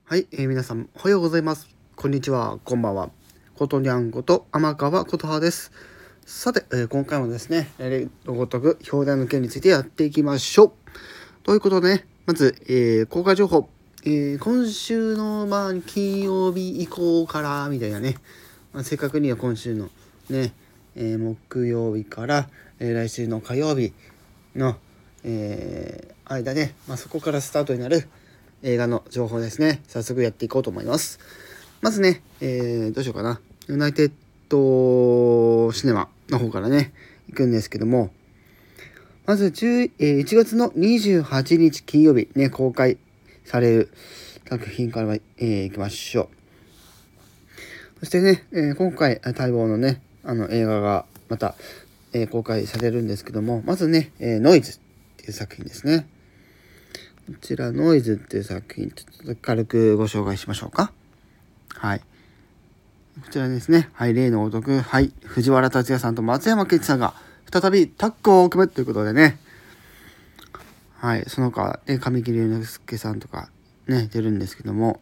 はい、皆さんおはようございます。こんにちは、こんばんは。ことにゃんこと天川ことはです。さて、今回もですね、例のごとく表題の件についてやっていきましょう。ということでね、まず、公開情報。今週の、金曜日以降からみたいなね、正確には今週のね、木曜日から、来週の火曜日の、間で、そこからスタートになる映画の情報ですね。早速やっていこうと思います。まずね、どうしようかな。ユナイテッドシネマの方からね、行くんですけども、まず1月の28日金曜日ね、公開される作品から行きましょう。そしてね、今回待望のね、映画がまた、公開されるんですけども、まずね、ノイズっていう作品ですね。こちらノイズっていう作品、ちょっと軽くご紹介しましょうか。はい。こちらですね。はい、例のごとく、はい、藤原竜也さんと松山ケンイチさんが再びタッグを組むということでね。はい、その他、神木隆之介さんとかね、出るんですけども。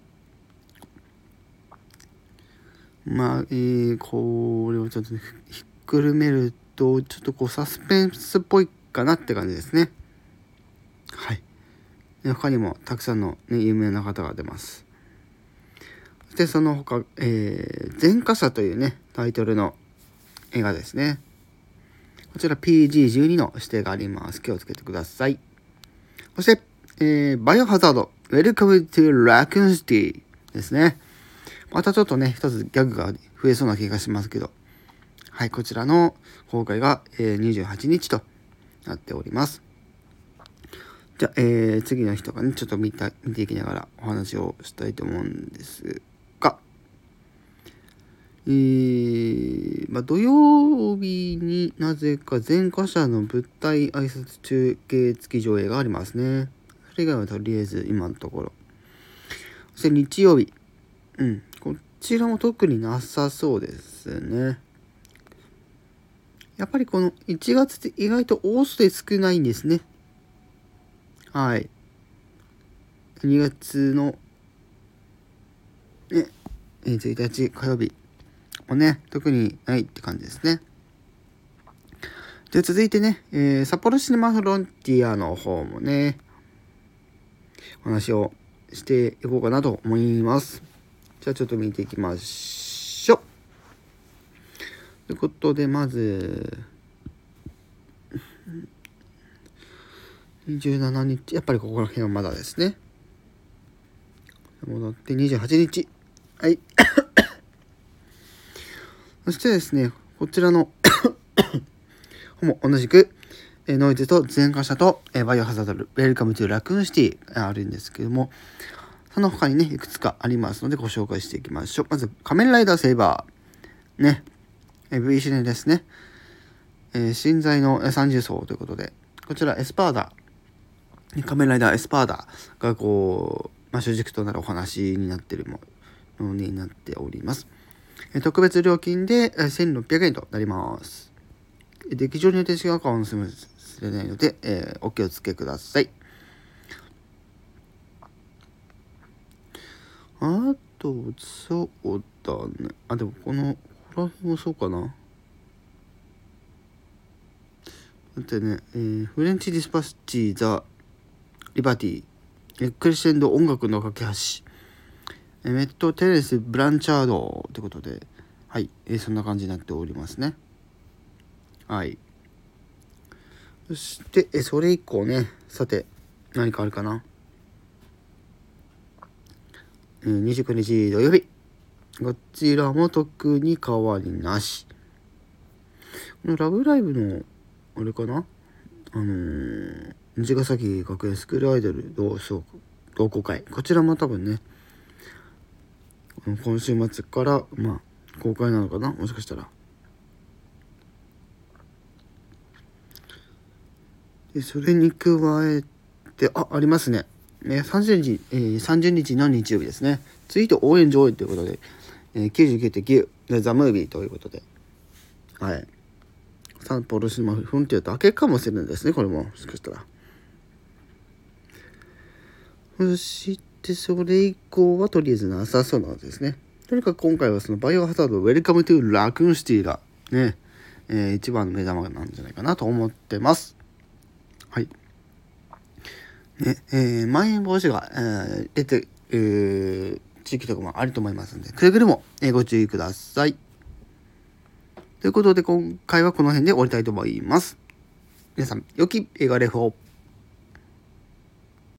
これをちょっとひっくるめると、ちょっとこうサスペンスっぽいかなって感じですね。はい。他にもたくさんの、有名な方が出ます。そしてその他、前科者というね、タイトルの映画ですね。こちら PG12 の指定があります。気をつけてください。そして、バイオハザード Welcome to Raccoon City ですね。またちょっとね、一つギャグが増えそうな気がしますけど、はい、こちらの公開が、28日となっております。じゃあ、次の人がね、ちょっと見ていきながらお話をしたいと思うんですが、土曜日になぜか前科者の物体挨拶中継付き上映がありますね。それ以外はとりあえず今のところ。そして日曜日。こちらも特になさそうですね。やっぱりこの1月って意外と多数で少ないんですね。はい。2月の、ね、1日火曜日もね、特にないって感じですね。で、続いてね、札幌シネマフロンティアの方もね、お話をしていこうかなと思います。じゃあちょっと見ていきましょう。ということで、まず、27日、やっぱりここら辺はまだですね。戻って28日。はい。そしてですね、こちらのほぼ同じく、ノイズと前科者と、バイオハザードル、ウェルカムトゥラクーンシティあるんですけども、その他にね、いくつかありますのでご紹介していきましょう。まず、仮面ライダーセイバー。ね。V シネですね。新在の30層ということで、こちらエスパーダ。仮面ライダーエスパーダがこう、主軸となるお話になっているものになっております。特別料金で1600円となります。劇場によって違うかもしれないので、お気をつけください。あと、そうだね。でもこの辺もそうかな。だってね、フレンチディスパッチザ・リバティ、クレッシェンド音楽の架け橋、メット・テレス・ブランチャードということで、はい、そんな感じになっておりますね。はい。そして、それ以降ね、さて、何かあるかな。29日土曜日。こちらも特に変わりなし。このラブライブの、あれかな虹ヶ崎学園スクールアイドル同好会。こちらも多分ね、今週末から、公開なのかなもしかしたら。で、それに加えて、ありますね。30日、30日の日曜日ですね。ツイート応援上映ということで、99.9 The Movie ということで、はい。札幌シネマフロンティアだけかもしれないですね、これも。もしかしたら。そしで、それ以降はとりあえずなさそうなのですね。とにかく今回はそのバイオハザード Welcome to Raccoon City がね、一番の目玉なんじゃないかなと思ってます。はい。ね、まん延防止が、出て、地域とかもあると思いますので、くれぐれも、ご注意ください。ということで今回はこの辺で終わりたいと思います。皆さん、良き映画レフを。